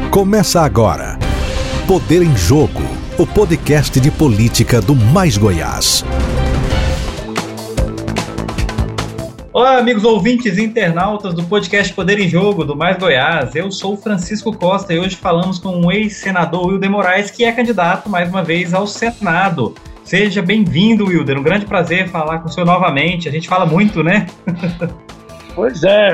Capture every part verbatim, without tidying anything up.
Começa agora. Poder em Jogo, o podcast de política do Mais Goiás. Olá, amigos ouvintes e internautas do podcast Poder em Jogo, do Mais Goiás. Eu sou o Francisco Costa e hoje falamos com o ex-senador Wilder Moraes, que é candidato, mais uma vez, ao Senado. Seja bem-vindo, Wilder. Um grande prazer falar com o senhor novamente. A gente fala muito, né? Pois é.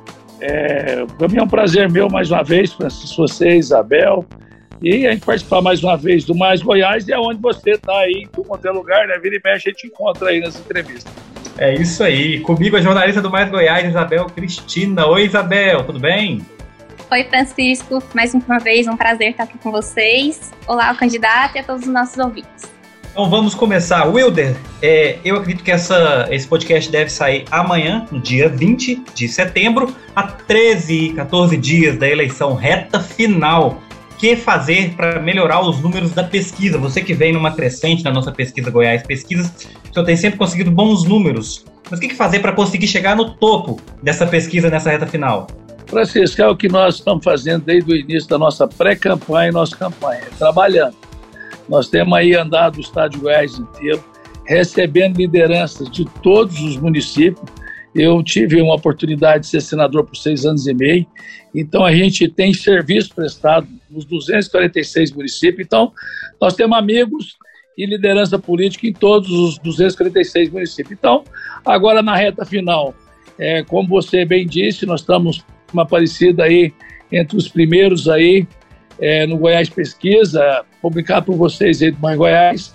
é para mim é um prazer meu, mais uma vez, Francisco, você, Isabel. E a gente participar mais uma vez do Mais Goiás, e é onde você está aí, em qualquer lugar, né? Vira e mexe, a gente encontra aí nas entrevistas. É isso aí. Comigo a jornalista do Mais Goiás, Isabel Cristina. Oi, Isabel, tudo bem? Oi, Francisco. Mais uma vez, um prazer estar aqui com vocês. Olá, o candidato e a todos os nossos ouvintes. Então vamos começar. Wilder, é, eu acredito que essa, esse podcast deve sair amanhã, no dia vinte de setembro, a treze, quatorze dias da eleição, reta final. O que fazer para melhorar os números da pesquisa? Você que vem numa crescente na nossa pesquisa Goiás Pesquisas, o senhor tem sempre conseguido bons números. Mas o que fazer para conseguir chegar no topo dessa pesquisa nessa reta final? Francisco, é o que nós estamos fazendo desde o início da nossa pré-campanha e nossa campanha, trabalhando. Nós temos aí andado o estado de Goiás inteiro, recebendo lideranças de todos os municípios. Eu tive uma oportunidade de ser senador por seis anos e meio, então a gente tem serviço prestado nos duzentos e quarenta e seis municípios, então nós temos amigos e liderança política em todos os duzentos e quarenta e seis municípios. Então, agora na reta final, é, como você bem disse, nós estamos uma parecida aí entre os primeiros aí, é, no Goiás Pesquisa, publicado por vocês aí do Mais Goiás,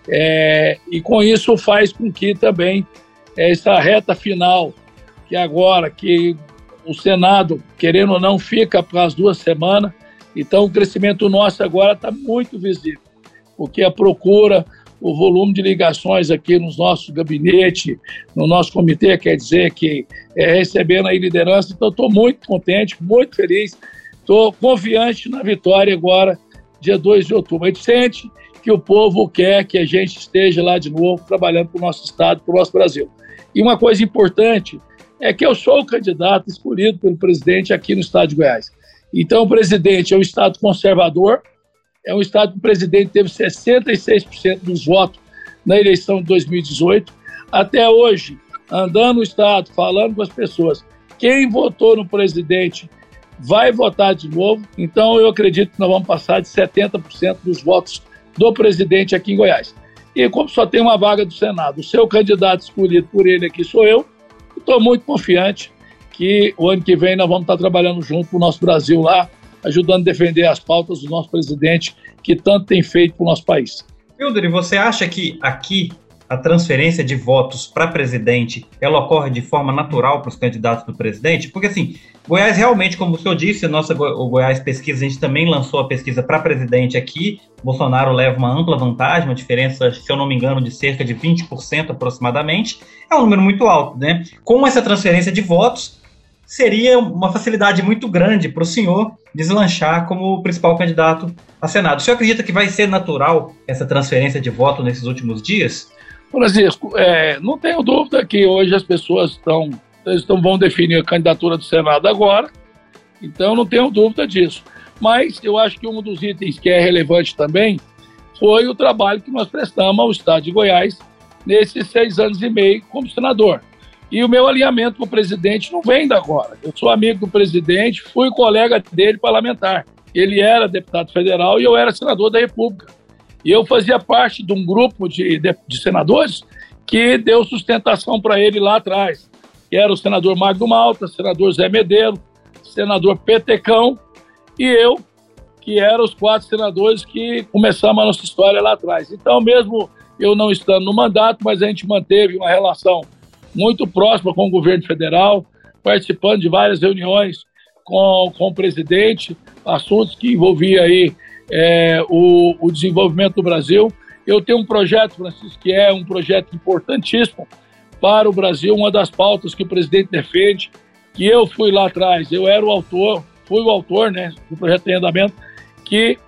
é, e com isso faz com que também essa reta final, que agora que o Senado, querendo ou não, fica para as duas semanas, então o crescimento nosso agora está muito visível, porque a procura, o volume de ligações aqui nos nossos gabinetes, no nosso comitê, quer dizer que é recebendo aí liderança, então estou muito contente, muito feliz, estou confiante na vitória agora, dia dois de outubro. A gente sente que o povo quer que a gente esteja lá de novo, trabalhando para o nosso estado, para o nosso Brasil. E uma coisa importante é que eu sou o candidato escolhido pelo presidente aqui no estado de Goiás. Então o presidente é um estado conservador, é um estado que o presidente teve sessenta e seis por cento dos votos na eleição de dois mil e dezoito. Até hoje, andando no estado, falando com as pessoas, quem votou no presidente vai votar de novo. Então eu acredito que nós vamos passar de setenta por cento dos votos do presidente aqui em Goiás. E como só tem uma vaga do Senado, o seu candidato escolhido por ele aqui sou eu, estou muito confiante que o ano que vem nós vamos estar trabalhando junto com o nosso Brasil lá, ajudando a defender as pautas do nosso presidente, que tanto tem feito para o nosso país. Wilder, e você acha que aqui a transferência de votos para presidente, ela ocorre de forma natural para os candidatos do presidente? Porque assim, Goiás realmente, como o senhor disse, a nossa, o Goiás Pesquisa, a gente também lançou a pesquisa para presidente aqui, Bolsonaro leva uma ampla vantagem, uma diferença, se eu não me engano, de cerca de vinte por cento aproximadamente, é um número muito alto, né? Com essa transferência de votos, seria uma facilidade muito grande para o senhor deslanchar como principal candidato a Senado. O senhor acredita que vai ser natural essa transferência de voto nesses últimos dias? Francisco, é, não tenho dúvida que hoje as pessoas estão, estão, vão definir a candidatura do Senado agora, então não tenho dúvida disso. Mas eu acho que um dos itens que é relevante também foi o trabalho que nós prestamos ao estado de Goiás nesses seis anos e meio como senador. E o meu alinhamento com o presidente não vem da agora. Eu sou amigo do presidente, fui colega dele parlamentar. Ele era deputado federal e eu era senador da República. E eu fazia parte de um grupo de, de, de senadores que deu sustentação para ele lá atrás. Que era o senador Magno Malta, senador Zé Medeiros, senador Petecão e eu, que eram os quatro senadores que começamos a nossa história lá atrás. Então, mesmo eu não estando no mandato, mas a gente manteve uma relação muito próxima com o governo federal, participando de várias reuniões com, com o presidente, assuntos que envolviam aí É, o, o desenvolvimento do Brasil. Eu tenho um projeto, Francisco, que é um projeto importantíssimo para o Brasil, uma das pautas que o presidente defende, que eu fui lá atrás, eu era o autor, fui o autor, né, do projeto de andamento, que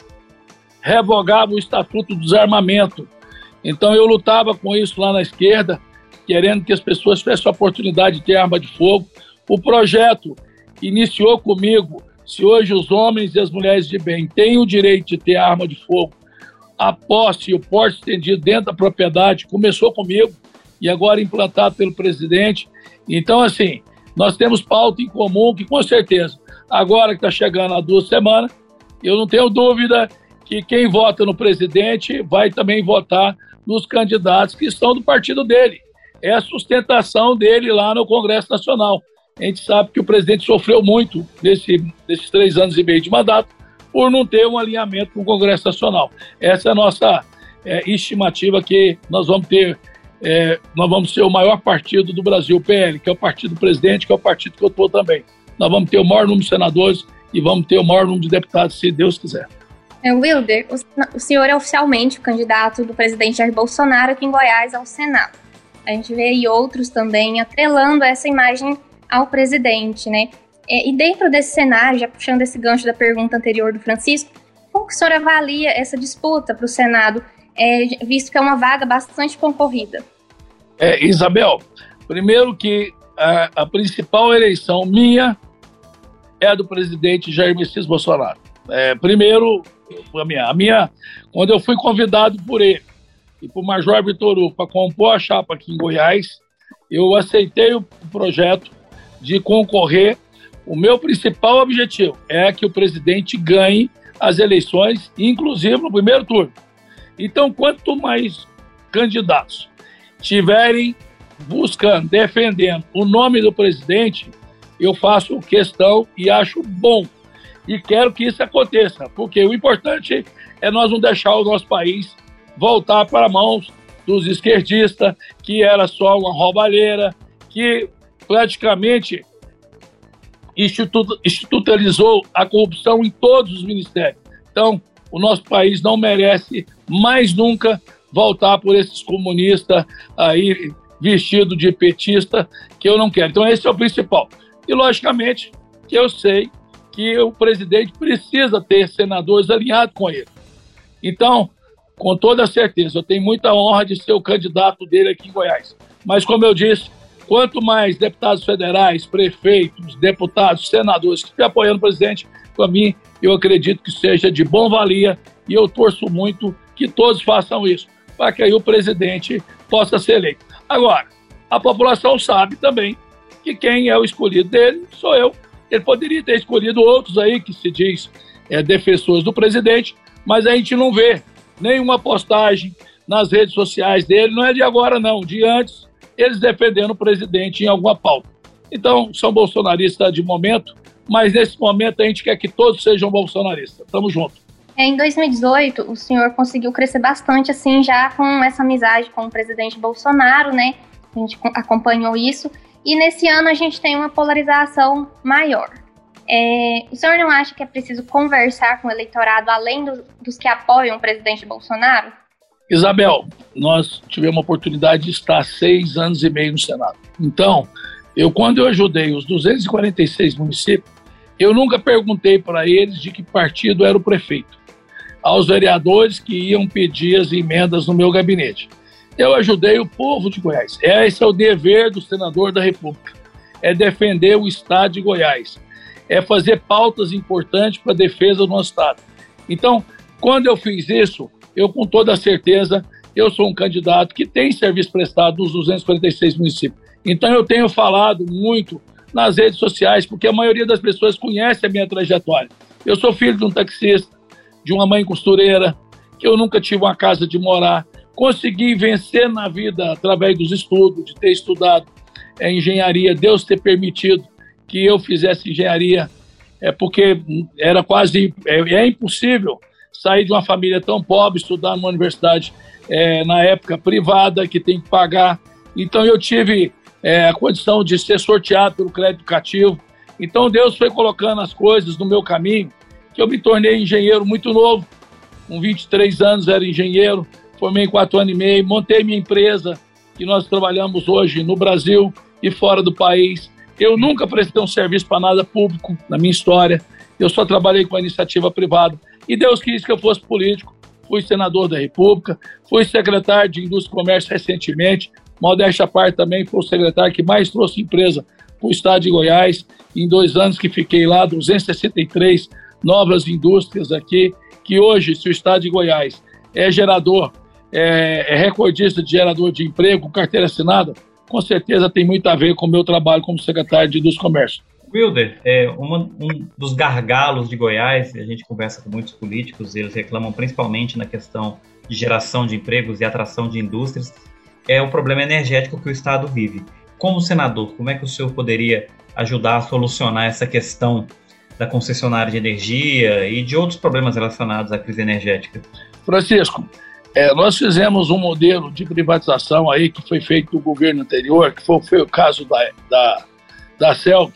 revogava o Estatuto do Desarmamento. Então eu lutava com isso lá na esquerda, querendo que as pessoas tivessem a oportunidade de ter arma de fogo. O projeto iniciou comigo, Se hoje os homens e as mulheres de bem têm o direito de ter arma de fogo, a posse e o porte estendido dentro da propriedade começou comigo e agora implantado pelo presidente. Então, assim, nós temos pauta em comum que, com certeza, agora que está chegando há duas semanas, eu não tenho dúvida que quem vota no presidente vai também votar nos candidatos que estão do partido dele. É a sustentação dele lá no Congresso Nacional. A gente sabe que o presidente sofreu muito nesse, nesses três anos e meio de mandato por não ter um alinhamento com o Congresso Nacional. Essa é a nossa é, estimativa, que nós vamos ter, é, nós vamos ser o maior partido do Brasil, o P L, que é o partido do presidente, que é o partido que eu estou também. Nós vamos ter o maior número de senadores e vamos ter o maior número de deputados, se Deus quiser. É, Wilder, o, o senhor é oficialmente o candidato do presidente Jair Bolsonaro aqui em Goiás ao Senado. A gente vê aí outros também atrelando essa imagem ao presidente, né? E dentro desse cenário, já puxando esse gancho da pergunta anterior do Francisco, como que o senhor avalia essa disputa para o Senado, é, visto que é uma vaga bastante concorrida? É, Isabel, primeiro que a, a principal eleição minha é a do presidente Jair Messias Bolsonaro. É, primeiro, a minha, a minha, quando eu fui convidado por ele e por Major Vitor Hugo para compor a chapa aqui em Goiás, eu aceitei o projeto de concorrer. O meu principal objetivo é que o presidente ganhe as eleições, inclusive no primeiro turno. Então, quanto mais candidatos tiverem buscando, defendendo o nome do presidente, eu faço questão e acho bom. E quero que isso aconteça, porque o importante é nós não deixar o nosso país voltar para mãos dos esquerdistas, que era só uma roubalheira, que praticamente institucionalizou a corrupção em todos os ministérios. Então, o nosso país não merece mais nunca voltar por esses comunistas aí vestidos de petista, que eu não quero. Então, esse é o principal. E, logicamente, que eu sei que o presidente precisa ter senadores alinhados com ele. Então, com toda certeza, eu tenho muita honra de ser o candidato dele aqui em Goiás. Mas, como eu disse, quanto mais deputados federais, prefeitos, deputados, senadores que estão apoiando o presidente, para mim, eu acredito que seja de bom valia, e eu torço muito que todos façam isso, para que aí o presidente possa ser eleito. Agora, a população sabe também que quem é o escolhido dele sou eu. Ele poderia ter escolhido outros aí que se diz é, defensores do presidente, mas a gente não vê nenhuma postagem nas redes sociais dele, não é de agora não, de antes, eles defendendo o presidente em alguma pauta. Então, são bolsonaristas de momento, mas nesse momento a gente quer que todos sejam bolsonaristas. Tamo junto. Em dois mil e dezoito, o senhor conseguiu crescer bastante, assim, já com essa amizade com o presidente Bolsonaro, né? A gente acompanhou isso. E nesse ano a gente tem uma polarização maior. É, o senhor não acha que é preciso conversar com o eleitorado além do, dos que apoiam o presidente Bolsonaro? Isabel, nós tivemos a oportunidade de estar seis anos e meio no Senado. Então, eu quando eu ajudei os duzentos e quarenta e seis municípios, eu nunca perguntei para eles de que partido era o prefeito, aos vereadores que iam pedir as emendas no meu gabinete. Eu ajudei o povo de Goiás. Esse é o dever do senador da República. É defender o estado de Goiás. É fazer pautas importantes para a defesa do nosso estado. Então, quando eu fiz isso, eu com toda certeza, eu sou um candidato que tem serviço prestado nos duzentos e quarenta e seis municípios. Então, eu tenho falado muito nas redes sociais, porque a maioria das pessoas conhece a minha trajetória. Eu sou filho de um taxista, de uma mãe costureira, que eu nunca tive uma casa de morar. Consegui vencer na vida através dos estudos, de ter estudado é, engenharia, Deus ter permitido que eu fizesse engenharia, é porque era quase, é, é impossível sair de uma família tão pobre, estudar numa universidade é, na época privada, que tem que pagar. Então eu tive é, a condição de ser sorteado pelo crédito educativo. Então Deus foi colocando as coisas no meu caminho, que eu me tornei engenheiro muito novo, com vinte e três anos era engenheiro, formei em quatro anos e meio, montei minha empresa, que nós trabalhamos hoje no Brasil e fora do país. Eu nunca prestei um serviço para nada público na minha história, eu só trabalhei com a iniciativa privada. E Deus quis que eu fosse político, fui senador da República, fui secretário de Indústria e Comércio recentemente, modéstia à parte também, foi o secretário que mais trouxe empresa para o estado de Goiás. em dois anos que fiquei lá, duzentas e sessenta e três novas indústrias aqui, que hoje, se o estado de Goiás é gerador, é, é recordista de gerador de emprego, carteira assinada, com certeza tem muito a ver com o meu trabalho como secretário de Indústria e Comércio. Wilder, é, uma, um dos gargalos de Goiás, a gente conversa com muitos políticos, eles reclamam principalmente na questão de geração de empregos e atração de indústrias, é o problema energético que o Estado vive. Como senador, como é que o senhor poderia ajudar a solucionar essa questão da concessionária de energia e de outros problemas relacionados à crise energética? Francisco, é, nós fizemos um modelo de privatização aí que foi feito no governo anterior, que foi, foi o caso da, da, da C E L,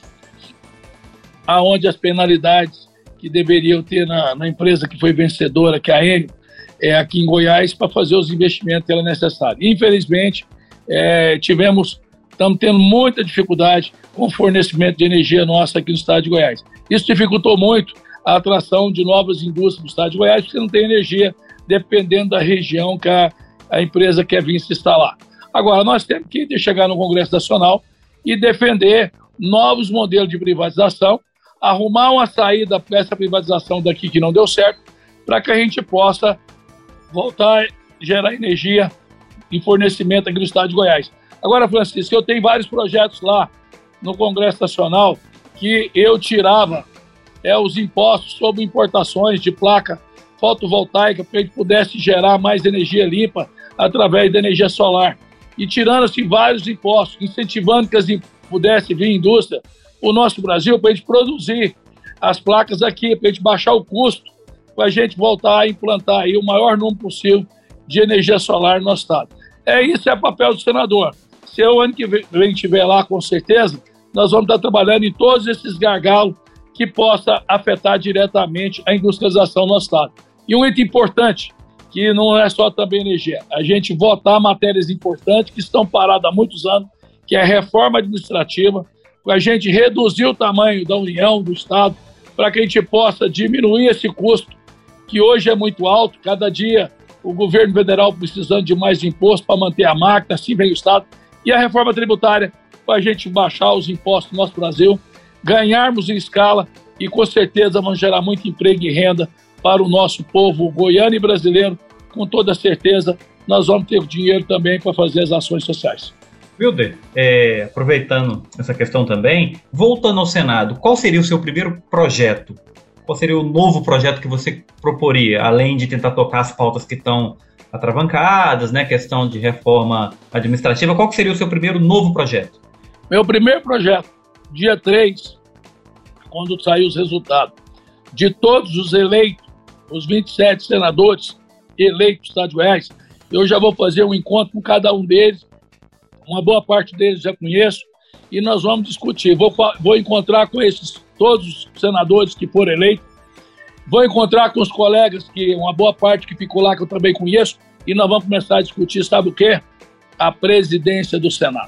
aonde as penalidades que deveriam ter na, na empresa que foi vencedora, que é a Enel, é aqui em Goiás, para fazer os investimentos que era necessário. Infelizmente, é, tivemos, estamos tendo muita dificuldade com o fornecimento de energia nossa aqui no estado de Goiás. Isso dificultou muito a atração de novas indústrias no estado de Goiás, porque não tem energia, dependendo da região que a, a empresa quer vir se instalar. Agora, nós temos que chegar no Congresso Nacional e defender novos modelos de privatização, arrumar uma saída para essa privatização daqui que não deu certo, para que a gente possa voltar a gerar energia em fornecimento aqui no estado de Goiás. Agora, Francisco, eu tenho vários projetos lá no Congresso Nacional que eu tirava é, os impostos sobre importações de placa fotovoltaica para que a gente pudesse gerar mais energia limpa através da energia solar. E tirando assim, vários impostos, incentivando que as pudesse vir indústria o nosso Brasil para a gente produzir as placas aqui, para a gente baixar o custo, para a gente voltar a implantar aí o maior número possível de energia solar no nosso estado. É isso, é o papel do senador. Se eu ano que vem estiver lá, com certeza, nós vamos estar trabalhando em todos esses gargalos que possa afetar diretamente a industrialização do nosso estado. E um item importante, que não é só também energia, a gente votar matérias importantes que estão paradas há muitos anos, que é a reforma administrativa, para a gente reduzir o tamanho da União, do Estado, para que a gente possa diminuir esse custo, que hoje é muito alto. Cada dia o governo federal precisando de mais imposto para manter a máquina, assim vem o Estado. E a reforma tributária, para a gente baixar os impostos no nosso Brasil, ganharmos em escala e com certeza vamos gerar muito emprego e renda para o nosso povo goiano e brasileiro. Com toda certeza, nós vamos ter dinheiro também para fazer as ações sociais. Wilder, é, aproveitando essa questão também, voltando ao Senado, qual seria o seu primeiro projeto? Qual seria o novo projeto que você proporia, além de tentar tocar as pautas que estão atravancadas, né, questão de reforma administrativa, qual que seria o seu primeiro novo projeto? Meu primeiro projeto, dia três, quando sair os resultados, de todos os eleitos, os vinte e sete senadores eleitos do estado de Goiás, eu já vou fazer um encontro com cada um deles. Uma boa parte deles já conheço e nós vamos discutir. Vou, vou encontrar com esses todos os senadores que foram eleitos, vou encontrar com os colegas, que uma boa parte que ficou lá, que eu também conheço, e nós vamos começar a discutir, sabe o quê? A presidência do Senado.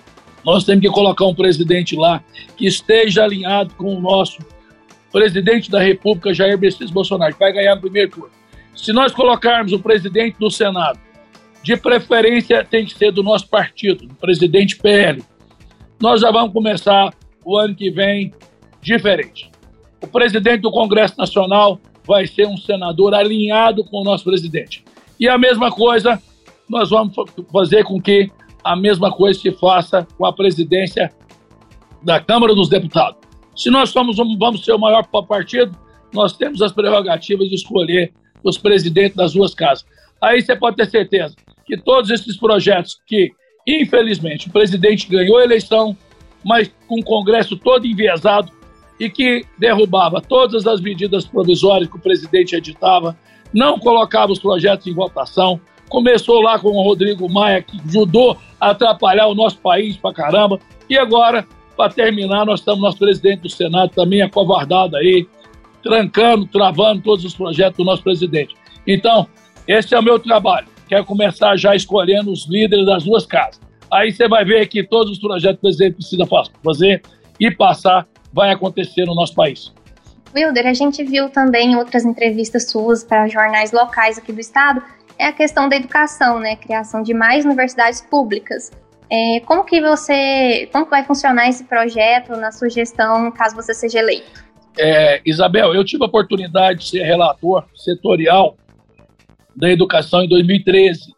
Nós temos que colocar um presidente lá que esteja alinhado com o nosso presidente da República, Jair Messias Bolsonaro, que vai ganhar no primeiro turno. Se nós colocarmos o presidente do Senado, de preferência tem que ser do nosso partido, do presidente P L. Nós já vamos começar o ano que vem diferente. O presidente do Congresso Nacional vai ser um senador alinhado com o nosso presidente. E a mesma coisa, nós vamos fazer com que a mesma coisa se faça com a presidência da Câmara dos Deputados. Se nós somos, vamos ser o maior partido, nós temos as prerrogativas de escolher os presidentes das duas casas. Aí você pode ter certeza que todos esses projetos que, infelizmente, o presidente ganhou a eleição, mas com o Congresso todo enviesado e que derrubava todas as medidas provisórias que o presidente editava, não colocava os projetos em votação, começou lá com o Rodrigo Maia, que ajudou a atrapalhar o nosso país pra caramba, e agora, para terminar, nós estamos, nosso presidente do Senado também acovardado aí, trancando, travando todos os projetos do nosso presidente. Então, esse é o meu trabalho. Quero começar já escolhendo os líderes das duas casas. Aí você vai ver que todos os projetos que o presidente precisa fazer e passar vai acontecer no nosso país. Wilder, a gente viu também em outras entrevistas suas para jornais locais aqui do estado, é a questão da educação, né? Criação de mais universidades públicas. É, como que você, como que vai funcionar esse projeto na sua gestão, caso você seja eleito? É, Isabel, eu tive a oportunidade de ser relator setorial da educação em dois mil e treze.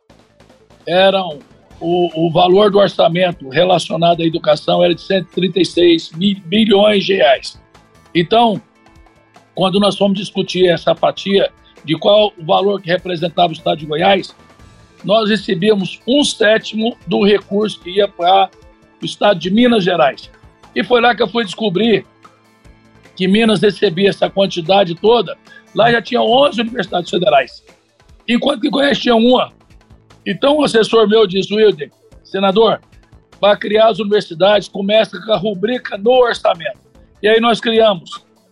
Eram, o, o valor do orçamento relacionado à educação era de cento e trinta e seis bilhões de reais. Então, quando nós fomos discutir essa fatia de qual o valor que representava o Estado de Goiás, nós recebíamos um sétimo do recurso que ia para o Estado de Minas Gerais. E foi lá que eu fui descobrir que Minas recebia essa quantidade toda. Lá já tinha onze universidades federais, enquanto que Goiás tinha uma. Então o assessor meu disse, Wilder, senador, para criar as universidades, começa com a rubrica no orçamento. E aí nós criamos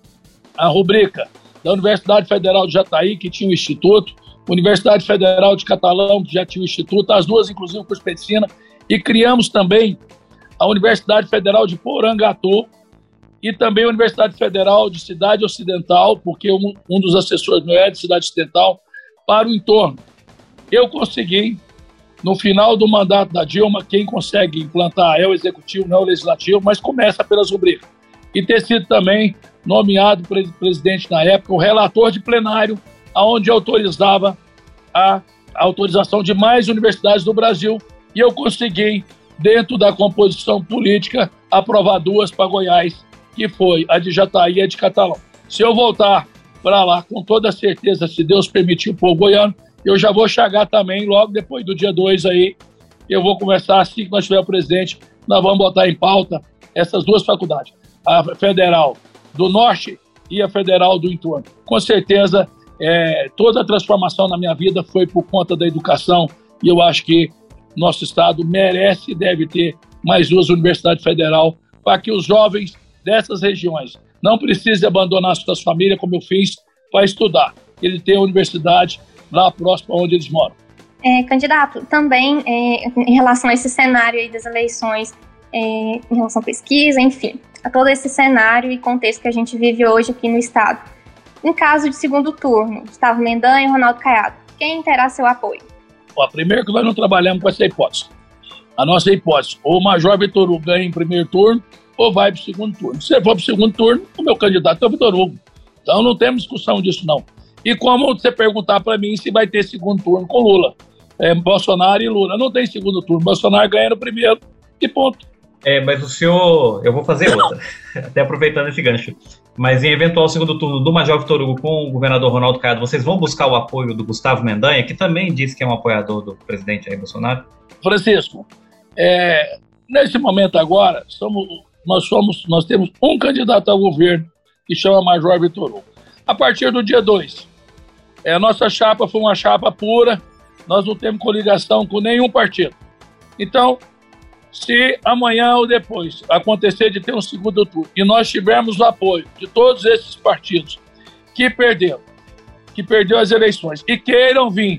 a rubrica da Universidade Federal de Jataí, que tinha o Instituto, Universidade Federal de Catalão, que já tinha o Instituto, as duas, inclusive, o curso de medicina, e criamos também a Universidade Federal de Porangatu e também a Universidade Federal de Cidade Ocidental, porque um, um dos assessores meu é de Cidade Ocidental, para o entorno. Eu consegui, no final do mandato da Dilma, quem consegue implantar é o Executivo, não é o Legislativo, mas começa pelas rubricas. E ter sido também nomeado presidente na época, o relator de plenário, onde autorizava a, a autorização de mais universidades do Brasil, e eu consegui, dentro da composição política, aprovar duas para Goiás, que foi a de Jataí e a de Catalão. Se eu voltar para lá, com toda certeza, se Deus permitir o povo goiano, eu já vou chegar também, logo depois do dia dois aí, eu vou começar, assim que nós tiver o presidente, nós vamos botar em pauta essas duas faculdades, a Federal do Norte e a Federal do Entorno. Com certeza, é, toda a transformação na minha vida foi por conta da educação, e eu acho que nosso estado merece e deve ter mais duas universidades federais para que os jovens dessas regiões não precisem abandonar suas famílias, como eu fiz, para estudar. Ele tem a universidade lá próximo onde eles moram. É, candidato, também é, em relação a esse cenário aí das eleições, é, em relação à pesquisa, enfim, a todo esse cenário e contexto que a gente vive hoje aqui no estado. Em caso de segundo turno, Gustavo Mendanha e Ronaldo Caiado, quem terá seu apoio? Ó, primeiro que nós não trabalhamos com essa hipótese. A nossa hipótese, ou o Major Vitor Hugo ganha em primeiro turno, ou vai para o segundo turno. Se for para o segundo turno, o meu candidato é o Vitor Hugo. Então não temos discussão disso, não. E como você perguntar para mim se vai ter segundo turno com Lula, é, Bolsonaro e Lula. Não tem segundo turno. Bolsonaro ganha no primeiro e ponto. É, mas o senhor... Eu vou fazer outra, até aproveitando esse gancho. Mas em eventual segundo turno do Major Vitor Hugo com o governador Ronaldo Caiado, vocês vão buscar o apoio do Gustavo Mendanha, que também disse que é um apoiador do presidente Jair Bolsonaro? Francisco, é, nesse momento agora, somos, nós, somos, nós temos um candidato ao governo que chama Major Vitor Hugo. A partir do dia dois, é, a nossa chapa foi uma chapa pura, nós não temos coligação com nenhum partido. Então, se amanhã ou depois acontecer de ter um segundo turno e nós tivermos o apoio de todos esses partidos que perderam, que perdeu as eleições e queiram vir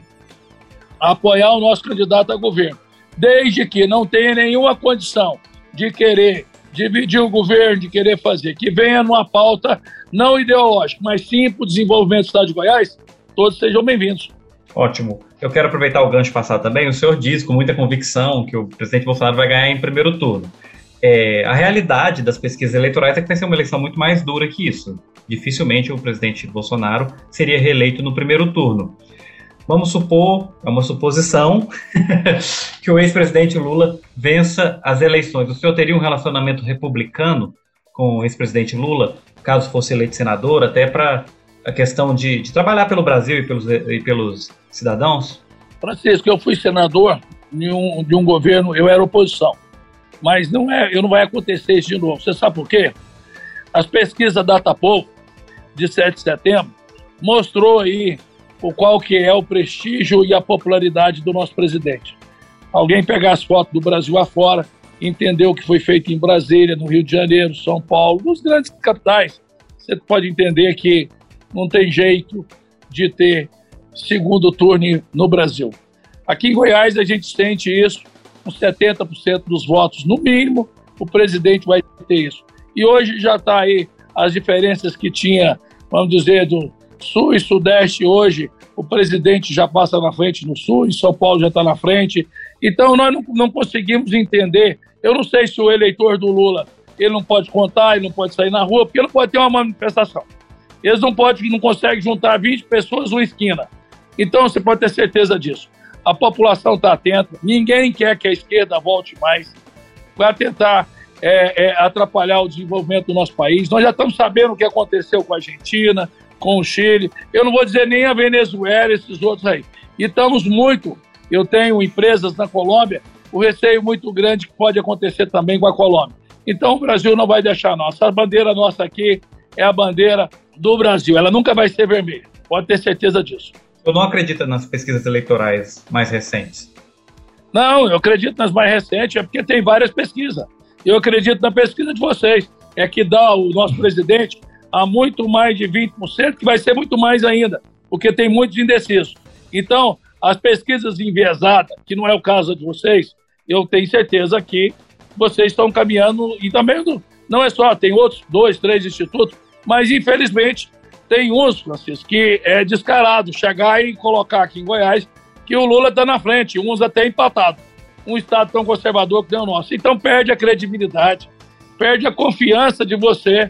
apoiar o nosso candidato a governo, desde que não tenha nenhuma condição de querer dividir o governo, de querer fazer, que venha numa pauta não ideológica, mas sim para o desenvolvimento do estado de Goiás, todos sejam bem-vindos. Ótimo. Eu quero aproveitar o gancho passado também. O senhor diz com muita convicção que o presidente Bolsonaro vai ganhar em primeiro turno. É, a realidade das pesquisas eleitorais é que vai ser uma eleição muito mais dura que isso. Dificilmente o presidente Bolsonaro seria reeleito no primeiro turno. Vamos supor, é uma suposição, que o ex-presidente Lula vença as eleições. O senhor teria um relacionamento republicano com o ex-presidente Lula, caso fosse eleito senador, até para a questão de, de trabalhar pelo Brasil e pelos, e pelos cidadãos? Francisco, eu fui senador de um, de um governo, eu era oposição, mas não, é, não vai acontecer isso de novo. Você sabe por quê? As pesquisas Datafolha de sete de setembro mostrou aí o qual que é o prestígio e a popularidade do nosso presidente. Alguém pegar as fotos do Brasil afora, entender o que foi feito em Brasília, no Rio de Janeiro, São Paulo, nos grandes capitais, você pode entender que não tem jeito de ter segundo turno no Brasil. Aqui em Goiás a gente sente isso, com setenta por cento dos votos, no mínimo, o presidente vai ter isso. E hoje já está aí as diferenças que tinha, vamos dizer, do Sul e Sudeste. Hoje o presidente já passa na frente no Sul, em São Paulo já está na frente, Então, nós não, não conseguimos entender. Eu não sei se o eleitor do Lula, ele não pode contar, ele não pode sair na rua, porque ele não pode ter uma manifestação. Eles não podem, não conseguem juntar vinte pessoas numa esquina. Então, você pode ter certeza disso. A população está atenta, ninguém quer que a esquerda volte mais, vai tentar é, é, atrapalhar o desenvolvimento do nosso país. Nós já estamos sabendo o que aconteceu com a Argentina, com o Chile, eu não vou dizer nem a Venezuela, esses outros aí. E estamos muito, eu tenho empresas na Colômbia, o receio muito grande que pode acontecer também com a Colômbia. Então o Brasil não vai deixar não. Essa bandeira nossa aqui é a bandeira do Brasil, ela nunca vai ser vermelha, pode ter certeza disso. Eu não acredito nas pesquisas eleitorais mais recentes. Não, eu acredito nas mais recentes, é porque tem várias pesquisas. Eu acredito na pesquisa de vocês, é que dá o nosso presidente a muito mais de vinte por cento, que vai ser muito mais ainda, porque tem muitos indecisos. Então, as pesquisas enviesadas, que não é o caso de vocês, eu tenho certeza que vocês estão caminhando, e também não é só, tem outros dois, três institutos, mas infelizmente tem uns, Francisco, que é descarado chegar e colocar aqui em Goiás que o Lula está na frente, uns até empatados. Um estado tão conservador que tem o nosso. Então perde a credibilidade, perde a confiança de você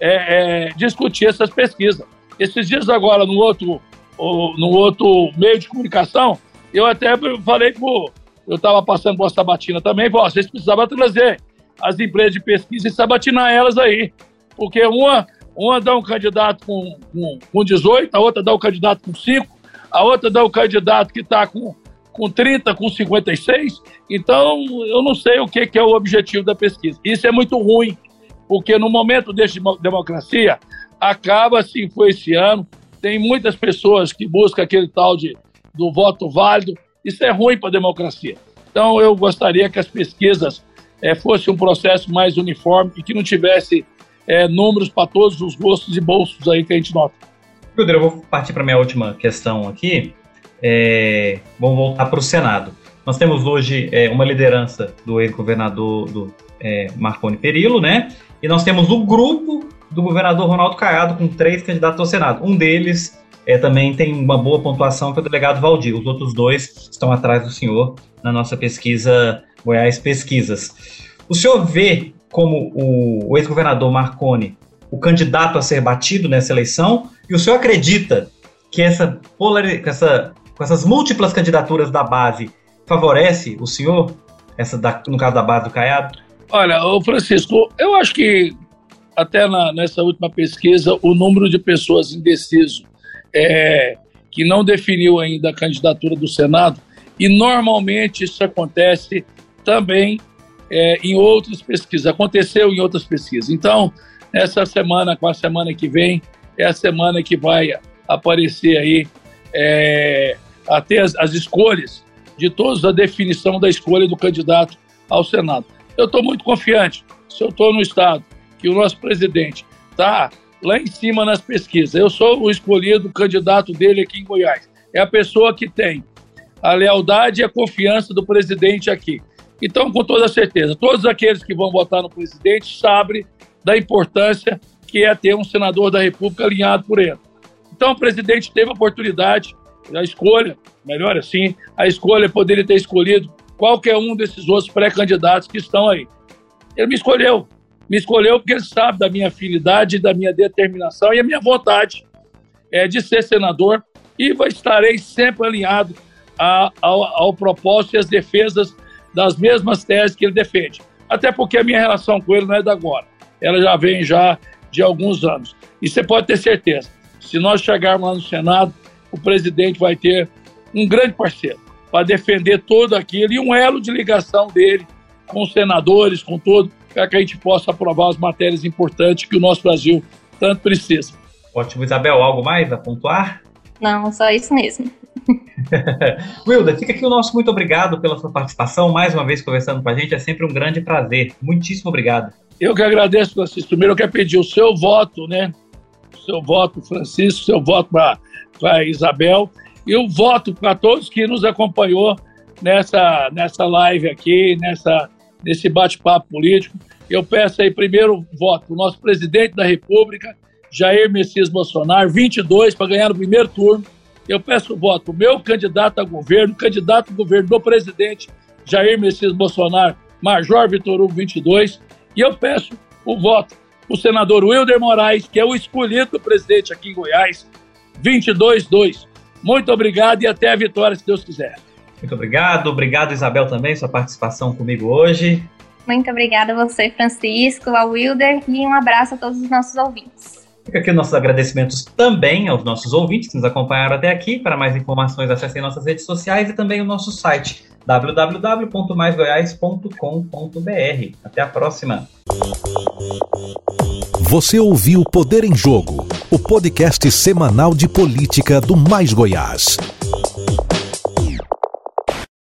é, é, discutir essas pesquisas. Esses dias agora, no outro, no outro meio de comunicação, eu até falei, pô, eu estava passando por uma sabatina também, falei, vocês precisavam trazer as empresas de pesquisa e sabatinar elas aí, porque uma... Uma dá um candidato com, com, com dezoito, a outra dá um candidato com cinco, a outra dá um candidato que está com, com trinta, com cinquenta e seis. Então, eu não sei o que, que é o objetivo da pesquisa. Isso é muito ruim, porque no momento deste democracia, acaba se influenciando, tem muitas pessoas que buscam aquele tal de, do voto válido. Isso é ruim para a democracia. Então, eu gostaria que as pesquisas é, fossem um processo mais uniforme e que não tivesse... É, números para todos os gostos e bolsos aí que a gente nota. Pedro, eu vou partir para a minha última questão aqui. É, vamos voltar para o Senado. Nós temos hoje é, uma liderança do ex-governador do, é, Marconi Perillo, né? E nós temos o grupo do governador Ronaldo Caiado com três candidatos ao Senado. Um deles é, também tem uma boa pontuação, que é o delegado Valdir. Os outros dois estão atrás do senhor na nossa pesquisa Goiás Pesquisas. O senhor vê como o, o ex-governador Marconi, o candidato a ser batido nessa eleição, e o senhor acredita que essa, polari- essa, com essas múltiplas candidaturas da base favorece o senhor, essa da, no caso da base do Caiado? Olha, ô Francisco, eu acho que até na, nessa última pesquisa, o número de pessoas indeciso é, que não definiu ainda a candidatura do Senado, e normalmente isso acontece também É, em outras pesquisas, aconteceu em outras pesquisas. Então, essa semana, com a semana que vem, é a semana que vai aparecer aí é, até as, as escolhas de todos, a definição da escolha do candidato ao Senado. Eu estou muito confiante, se eu estou no estado, que o nosso presidente está lá em cima nas pesquisas, eu sou o escolhido candidato dele aqui em Goiás, é a pessoa que tem a lealdade e a confiança do presidente aqui. Então, com toda certeza, todos aqueles que vão votar no presidente sabem da importância que é ter um senador da República alinhado por ele. Então, o presidente teve a oportunidade, a escolha, melhor assim, a escolha poderia ter escolhido qualquer um desses outros pré-candidatos que estão aí. Ele me escolheu, me escolheu porque ele sabe da minha afinidade, da minha determinação e a minha vontade é, de ser senador, e estarei sempre alinhado a, ao, ao propósito e às defesas das mesmas teses que ele defende. Até porque a minha relação com ele não é de agora. Ela já vem já de alguns anos. E você pode ter certeza, se nós chegarmos lá no Senado, o presidente vai ter um grande parceiro para defender tudo aquilo e um elo de ligação dele com os senadores, com tudo, para que a gente possa aprovar as matérias importantes que o nosso Brasil tanto precisa. Ótimo. Isabel, algo mais a pontuar? Não, só isso mesmo. Wilda, fica aqui o nosso muito obrigado pela sua participação, mais uma vez conversando com a gente, é sempre um grande prazer. Muitíssimo obrigado. Eu que agradeço, Francisco. Primeiro eu quero pedir o seu voto, né? O seu voto, Francisco, o seu voto para a Isabel, e o voto para todos que nos acompanhou nessa, nessa live aqui, nessa, nesse bate-papo político. Eu peço aí primeiro voto para o nosso presidente da República, Jair Messias Bolsonaro, vinte e dois, para ganhar no primeiro turno. Eu peço o voto para o meu candidato a governo, candidato a governo do presidente, Jair Messias Bolsonaro, Major Vitor Hugo vinte e dois, e eu peço o voto para o senador Wilder Moraes, que é o escolhido do presidente aqui em Goiás, vinte e dois dois. Muito obrigado e até a vitória, se Deus quiser. Muito obrigado. Obrigado, Isabel, também, sua participação comigo hoje. Muito obrigada a você, Francisco, ao Wilder, e um abraço a todos os nossos ouvintes. Fica aqui nossos agradecimentos também aos nossos ouvintes que nos acompanharam até aqui. Para mais informações, acessem nossas redes sociais e também o nosso site w w w ponto mais goiás ponto com ponto b r. Até a próxima. Você ouviu Poder em Jogo, o podcast semanal de política do Mais Goiás.